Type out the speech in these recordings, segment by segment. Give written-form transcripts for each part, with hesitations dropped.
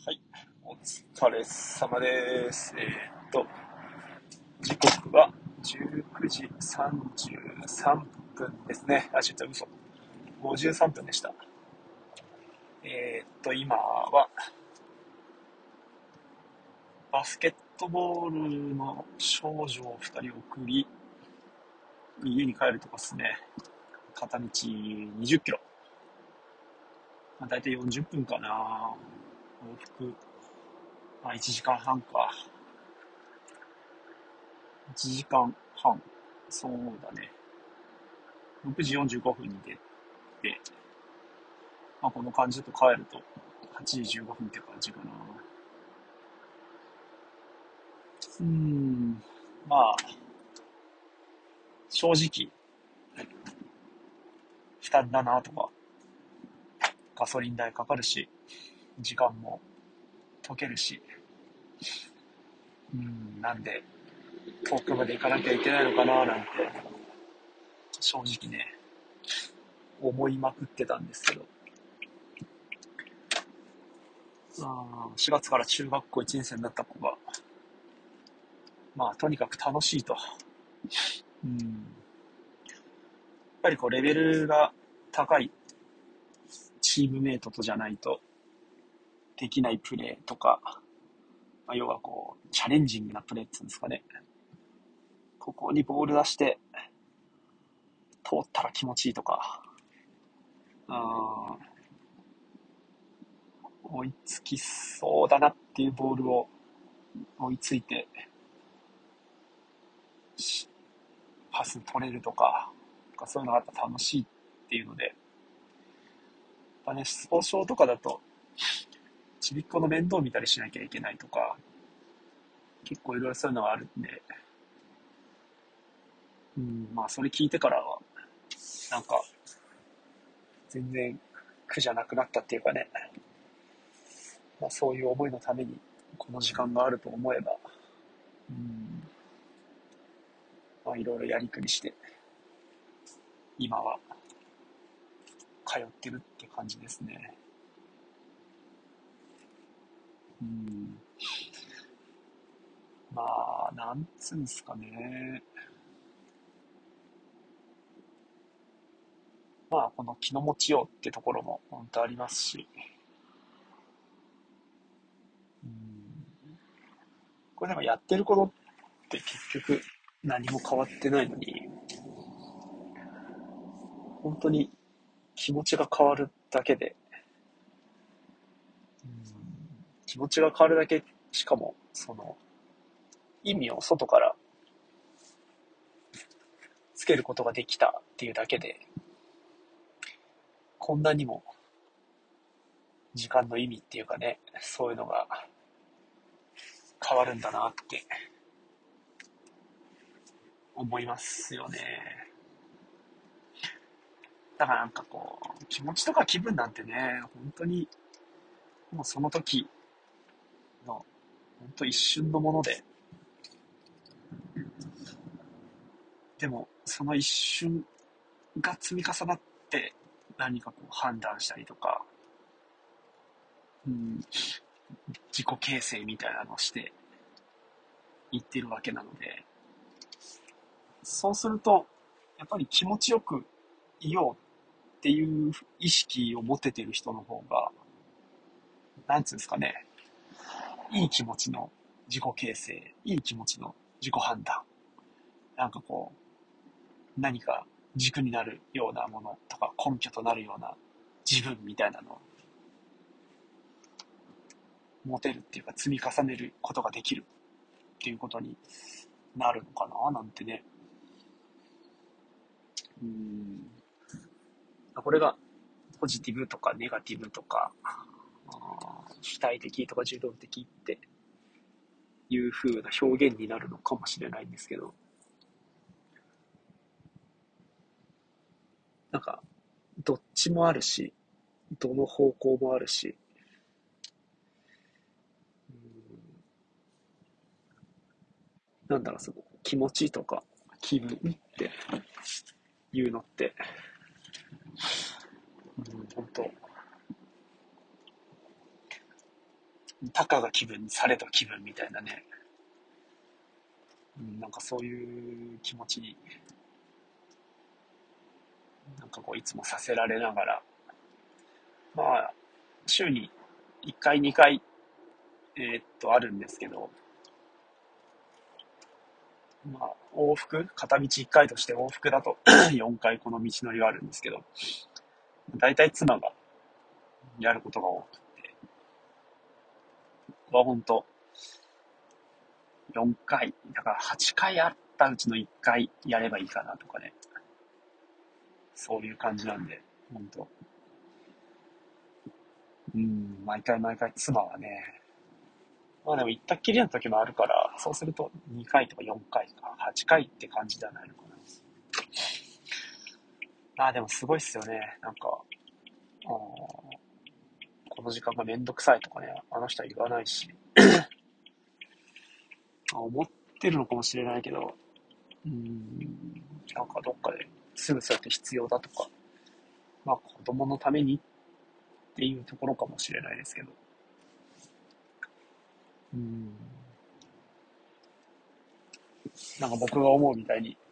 はい、お疲れ様です。時刻は19時33分ですね。あ、ちょっと嘘。53分でした。今はバスケットボールの少女を2人送り、家に帰るとこですね。片道20キロ。だいたい40分かな。往復、1時間半か。1時間半。そうだね。6時45分に出て、この感じだと帰ると8時15分って感じかな。まあ、正直、負担だなとか、ガソリン代かかるし、時間も溶けるし、なんで、遠くまで行かなきゃいけないのかななんて、正直ね、思いまくってたんですけど、4月から中学校1年生になった子が、とにかく楽しいと。やっぱりこう、レベルが高いチームメイトとじゃないとできないプレーとか、要はこう、チャレンジングなプレーっていうんですかね。ここにボール出して、通ったら気持ちいいとか、追いつきそうだなっていうボールを追いついて、パス取れるとか、そういうのがやっぱ楽しいっていうので、やっぱね、スポーツショーとかだと、ちびっこの面倒見たりしなきゃいけないとか、結構いろいろそういうのがあるんで、それ聞いてからは、なんか、全然苦じゃなくなったっていうかね、そういう思いのためにこの時間があると思えば、いろいろやりくりして今は通ってるって感じですね。なんつうんすかね。この気の持ちようってところも本当ありますし、これでもやってることって結局何も変わってないのに、本当に気持ちが変わるだけで、気持ちが変わるだけ、しかもその意味を外からつけることができたっていうだけで、こんなにも時間の意味っていうかね、そういうのが変わるんだなって思いますよね。だからなんかこう、気持ちとか気分なんてね、本当にもうその時の、本当一瞬のもので、でもその一瞬が積み重なって何かこう判断したりとか、自己形成みたいなのをしていってるわけなので、そうすると、やっぱり気持ちよくいようっていう意識を持ててる人の方が、なんつうんですかね、いい気持ちの自己形成、いい気持ちの自己判断、なんかこう、何か軸になるようなものとか根拠となるような自分みたいなのを持てるっていうか積み重ねることができるっていうことになるのかななんてね。これがポジティブとかネガティブとか、主体的とか受動的っていう風な表現になるのかもしれないんですけど、なんか、どっちもあるし、どの方向もあるし、なんだろう、その気持ちとか気分っていうのって、本当たかが気分にされど気分みたいなね、なんかそういう気持ちになんかこういつもさせられながら、まあ週に1回2回あるんですけど、まあ往復片道1回として往復だと4回この道のりがあるんですけど、だいたい妻がやることが多くて、僕は本当4回だから8回あったうちの1回やればいいかなとかね、そういう感じなんで、本当毎回毎回妻はね、まあでも行ったっきりの時もあるから、そうすると2回とか4回とか8回って感じではないのかな。でもすごいっすよね。なんか、この時間がめんどくさいとかね、あの人は言わないし、思ってるのかもしれないけど、なんかどっかですぐそうやって必要だとか、まあ子供のためにっていうところかもしれないですけど、なんか僕が思うみたいに、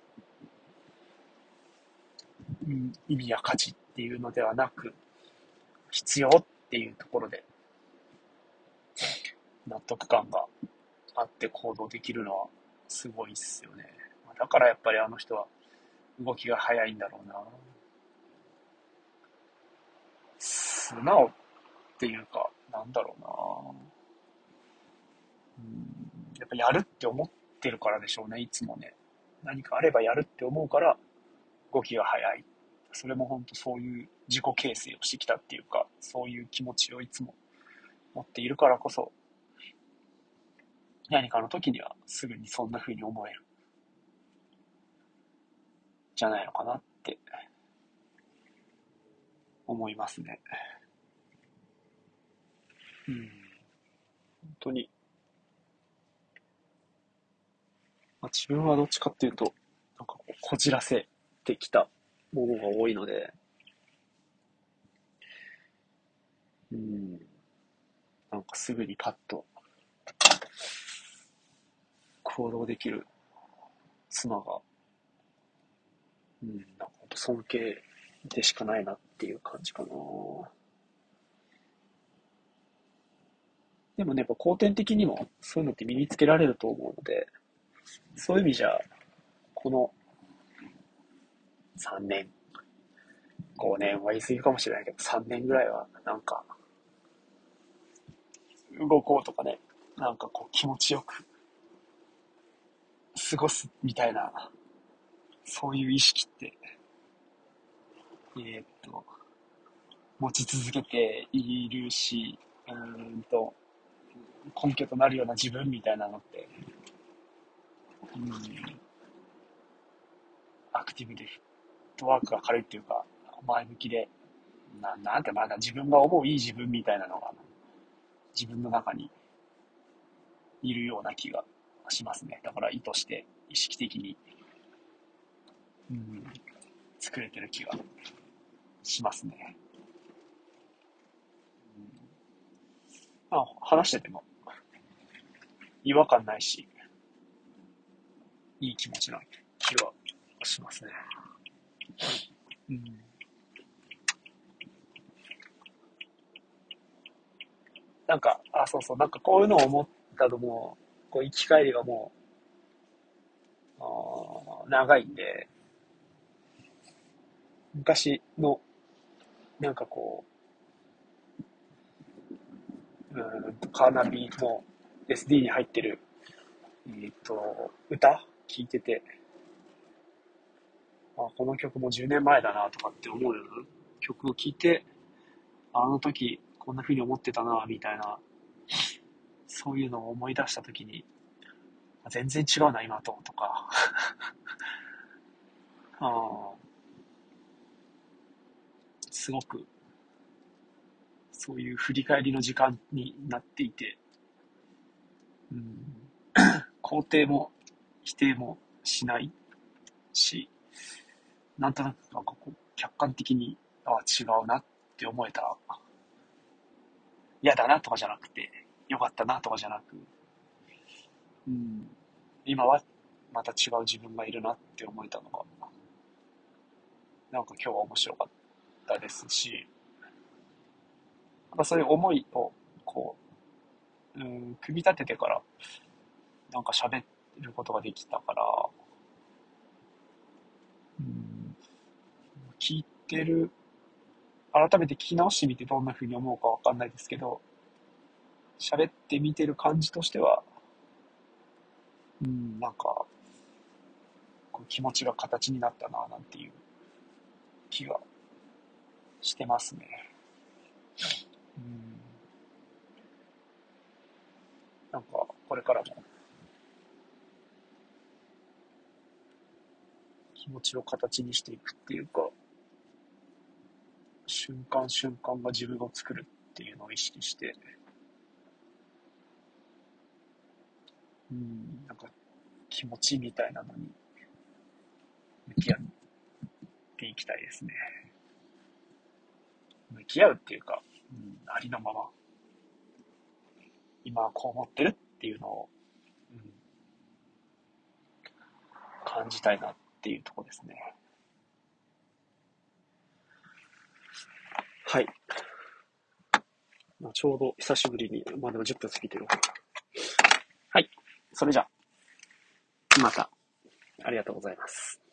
意味や価値っていうのではなく、必要っていうところで納得感があって行動できるのはすごいっすよね。だからやっぱりあの人は動きが早いんだろうな。素直っていうか、なんだろうな。やっぱやるって思ってるからでしょうね、いつもね。何かあればやるって思うから動きが早い。それも本当そういう自己形成をしてきたっていうか、そういう気持ちをいつも持っているからこそ、何かの時にはすぐにそんな風に思える。じゃないのかなって思いますね。本当に。自分はどっちかっていうと、なんかこう、こじらせてきたものが多いので、うん、なんかすぐにパッと行動できる妻が、なんか本当尊敬でしかないなっていう感じかな。でもね、やっぱ後天的にもそういうのって身につけられると思うので、そういう意味じゃ、この3年、5年は言い過ぎかもしれないけど、3年ぐらいはなんか動こうとかね、なんかこう気持ちよく過ごすみたいな、そういう意識って、えーっと、持ち続けているし、根拠となるような自分みたいなのって、アクティブでフットワークが軽いっていうか、前向きで、なんてまだ自分が思ういい自分みたいなのが、自分の中にいるような気がしますね。だから意図して意識的に、うん、作れてる気がしますね。話してても違和感ないし、いい気持ちな気はしますね。うん、なんか、そうそう、なんかこういうのを思ったのも、こう生き返りがもう、長いんで、昔の、なんかこう、カーナビの SD に入ってる、歌聞いてて、この曲も10年前だなとかって思うような曲を聴いて、あの時こんな風に思ってたなみたいな、そういうのを思い出した時に、全然違うな今とか、あすごくそういう振り返りの時間になっていて、うん、肯定も否定もしないし、なんとなくなんかこう客観的に違うなって思えた嫌だなとかじゃなくて、良かったなとかじゃなく、うん、今はまた違う自分がいるなって思えたのが、なんか今日は面白かったですし、なんかそういう思いを、こ組み立ててから、なんか喋ることができたから、うん、聞いてる、改めて聞き直してみてどんな風に思うかわかんないですけど、喋ってみてる感じとしては、なんか、こう気持ちが形になったな、なんていう気がしてますね。うん、なんか、これからも気持ちを形にしていくっていうか、瞬間瞬間が自分を作るっていうのを意識して、なんか気持ちみたいなのに向き合っていきたいですね。向き合うっていうか、ありのまま、今はこう思ってるっていうのを、うん、感じたいなっていうところですね。はい。まあ、ちょうど久しぶりに、まあでも10分過ぎてる。はい。それじゃあ、また、ありがとうございます。